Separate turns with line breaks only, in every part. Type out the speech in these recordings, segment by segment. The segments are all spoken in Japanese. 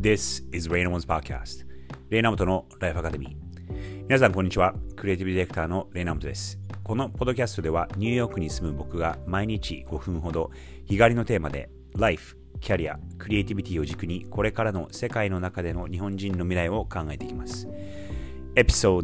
This is Raynamo's Podcast レイナモトのライフアカデミー。皆さんこんにちは。クリエイティブディレクターのレイナモトです。このポッドキャストではニューヨークに住む僕が毎日5分ほど日帰りのテーマでライフ、キャリア、クリエイティビティを軸にこれからの世界の中での日本人の未来を考えていきます。エピソード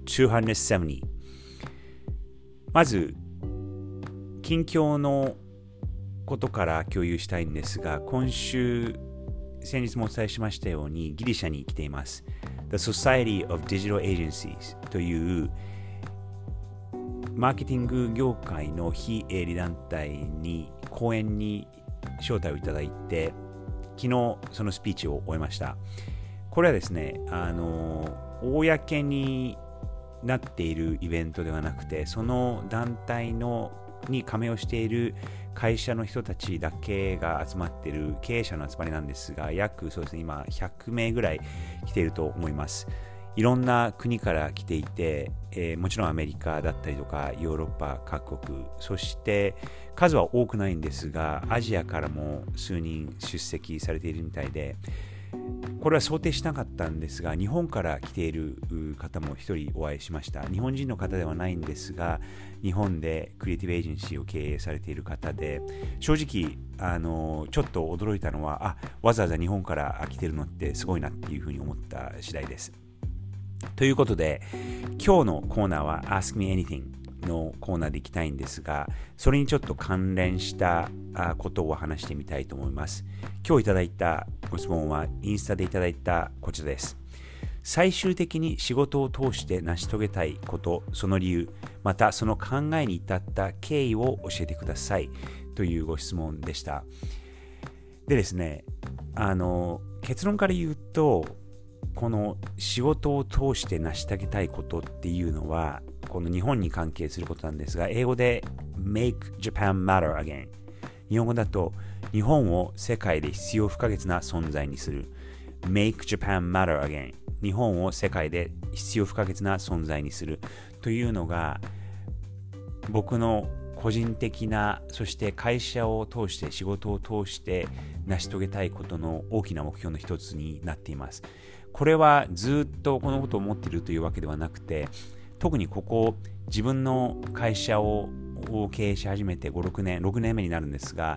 No.270。まず近況のことから共有したいんですが、先日もお伝えしましたようにギリシャに来ています。The Society of Digital Agencies というマーケティング業界の非営利団体に講演に招待をいただいて、昨日そのスピーチを終えました。これはですね、公になっているイベントではなくて、その団体に加盟をしている会社の人たちだけが集まっている経営者の集まりなんですが、そうですね、今100名ぐらい来ていると思います。いろんな国から来ていて、もちろんアメリカだったりとかヨーロッパ各国、そして数は多くないんですがアジアからも数人出席されているみたいで、これは想定しなかったんですが、日本から来ている方も一人お会いしました。日本人の方ではないんですが、日本でクリエイティブエージェンシーを経営されている方で、正直ちょっと驚いたのは、わざわざ日本から来てるのってすごいなっていうふうに思った次第です。ということで、今日のコーナーは Ask Me Anything のコーナーでいきたいんですが、それにちょっと関連したことを話してみたいと思います。今日いただいたご質問はインスタでいただいたこちらです。最終的に仕事を通して成し遂げたいこと、その理由、またその考えに至った経緯を教えてくださいというご質問でした。でですね、結論から言うと、この仕事を通して成し遂げたいことっていうのは、この日本に関係することなんですが、英語で Make Japan Matter Again、 日本語だと日本を世界で必要不可欠な存在にする。 Make Japan Matter Again、 日本を世界で必要不可欠な存在にするというのが、僕の個人的な、そして会社を通して、仕事を通して成し遂げたいことの大きな目標の一つになっています。これはずっとこのことを思っているというわけではなくて、特にここ自分の会社を経営し始めて6年目になるんですが、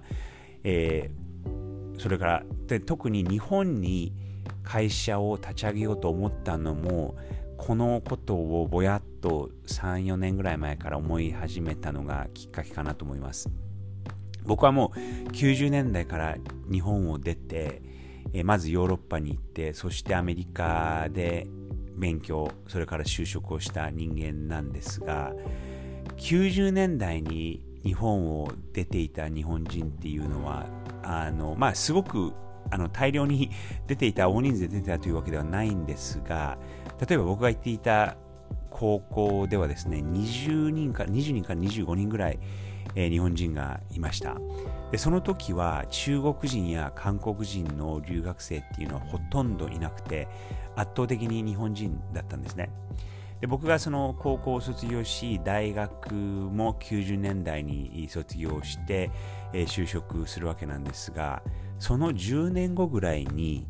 それから特に日本に会社を立ち上げようと思ったのも、このことをぼやっと 3,4 年ぐらい前から思い始めたのがきっかけかなと思います。僕はもう90年代から日本を出て、まずヨーロッパに行って、そしてアメリカで勉強、それから就職をした人間なんですが、90年代に日本を出ていた日本人っていうのは、すごく大量に大人数で出ていたというわけではないんですが、例えば僕が行っていた高校ではですね、20人から25人ぐらい、日本人がいました。でその時は中国人や韓国人の留学生っていうのはほとんどいなくて、圧倒的に日本人だったんですね。で僕がその高校を卒業し、大学も90年代に卒業して、就職するわけなんですが、その10年後ぐらいに、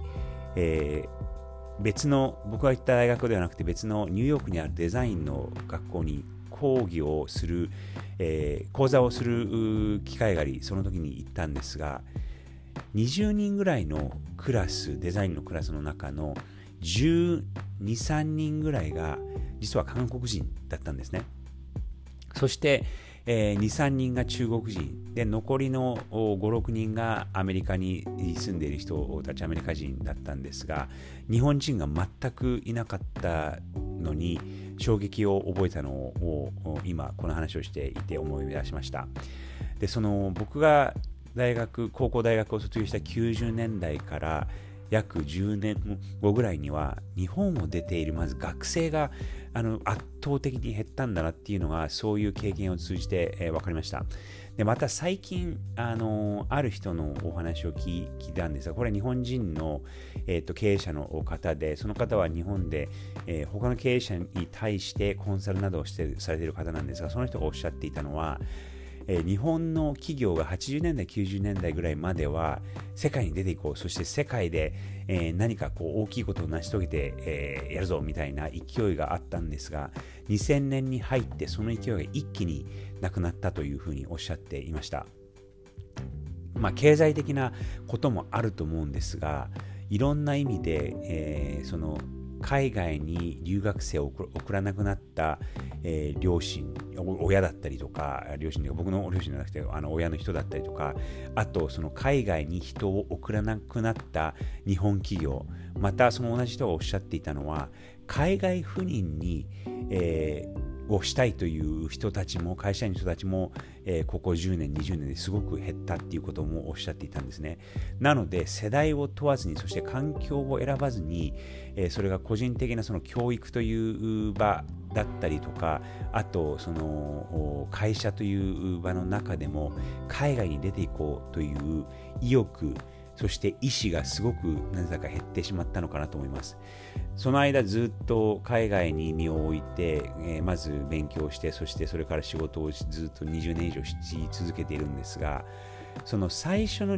僕が行った大学ではなくて、別のニューヨークにあるデザインの学校に講座をする機会があり、その時に行ったんですが、20人ぐらいのクラス、デザインのクラスの中の12、3人ぐらいが実は韓国人だったんですね。そして、2、3人が中国人で、残りの5、6人がアメリカに住んでいる人たち、アメリカ人だったんですが、日本人が全くいなかったのに衝撃を覚えたのを今この話をしていて思い出しました。で僕が高校大学を卒業した90年代から約10年後ぐらいには、日本を出ているまず学生が圧倒的に減ったんだなっていうのが、そういう経験を通じて、分かりました。でまた最近ある人のお話を聞いたんですが、これは日本人の、経営者の方で、その方は日本で、他の経営者に対してコンサルなどをされている方なんですが、その人がおっしゃっていたのは、 日本の企業が80年代90年代ぐらいまでは世界に出ていこう、そして世界で、何か大きいことを成し遂げて、やるぞみたいな勢いがあったんですが、2000年に入ってその勢いが一気になくなったというふうにおっしゃっていました。経済的なこともあると思うんですが、いろんな意味で、その海外に留学生を送らなくなった、両親、親だったりとか、両親で僕の両親じゃなくて親の人だったりとか、あとその海外に人を送らなくなった日本企業、またその同じ人がおっしゃっていたのは、海外赴任に、をしたいという人たちも、会社員の人たちも、ここ10年20年ですごく減ったっていうこともおっしゃっていたんですね。なので世代を問わずに、そして環境を選ばずに、それが個人的なその教育という場だったりとか、あとその会社という場の中でも海外に出ていこうという意欲、そして意思がすごくなぜだか減ってしまったのかなと思います。その間ずっと海外に身を置いて、まず勉強して、そしてそれから仕事をずっと20年以上し続けているんですが、その最初の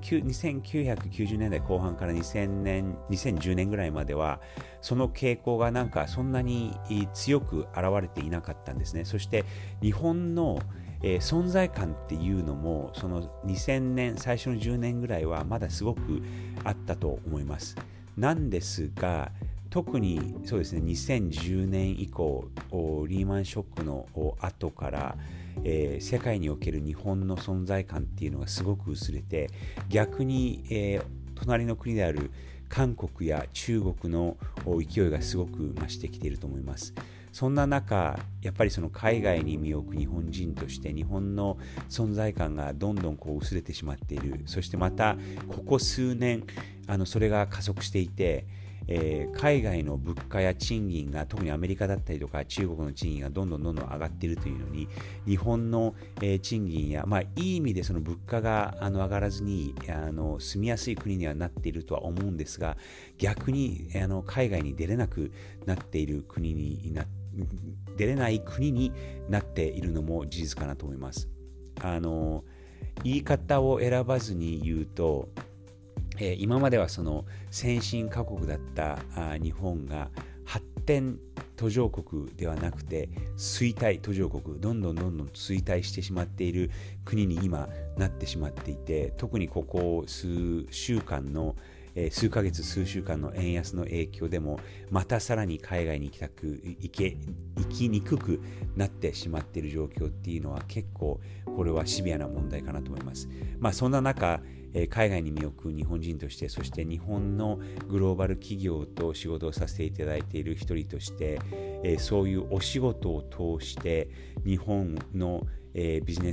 1990年代後半から2010年ぐらいまでは、その傾向がなんかそんなに強く現れていなかったんですね。そして日本の存在感っていうのも、その2000年最初の10年ぐらいはまだすごくあったと思います。なんですが、特にそうですね、2010年以降、リーマンショックの後から、世界における日本の存在感っていうのがすごく薄れて、逆に、隣の国である韓国や中国の勢いがすごく増してきていると思います。そんな中、やっぱりその海外に身を置く日本人として日本の存在感がどんどん薄れてしまっている。そしてまたここ数年それが加速していて、海外の物価や賃金が、特にアメリカだったりとか中国の賃金がどんどん上がっているというのに、日本の、賃金や、いい意味でその物価が上がらずに住みやすい国にはなっているとは思うんですが、逆に海外に出れなくなっている国に出れない国になっているのも事実かなと思います。言い方を選ばずに言うと、今まではその先進各国だった日本が発展途上国ではなくて衰退途上国、どんどん衰退してしまっている国に今なってしまっていて、特にここ数ヶ月数週間の円安の影響でも、またさらに海外に行きにくくなってしまっている状況っていうのは、結構これはシビアな問題かなと思います。そんな中、海外に身を置く日本人として、そして日本のグローバル企業と仕事をさせていただいている一人として、そういうお仕事を通して日本のビジネ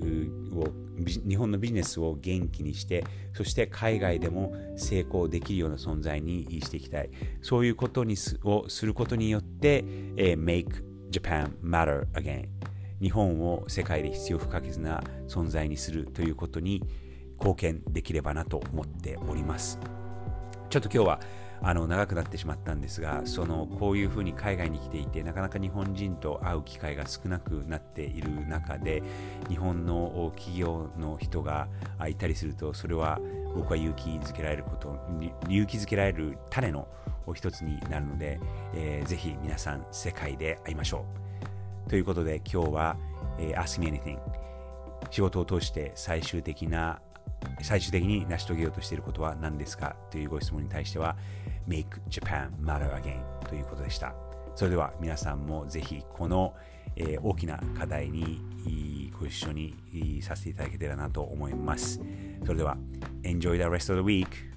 スを元気にして、そして海外でも成功できるような存在にしていきたい。そういうことをすることによって、Make Japan Matter Again、 日本を世界で必要不可欠な存在にするということに貢献できればなと思っております。ちょっと今日は長くなってしまったんですが、こういうふうに海外に来ていて、なかなか日本人と会う機会が少なくなっている中で、日本の企業の人がいたりすると、それは僕は勇気づけられる種の一つになるので、ぜひ皆さん世界で会いましょうということで、今日は、Ask Me Anything、 仕事を通して最終的に成し遂げようとしていることは何ですかというご質問に対しては Make Japan Matter Again ということでした。それでは皆さんもぜひこの、大きな課題にご一緒にさせていただけたらなと思います。それでは Enjoy the rest of the week!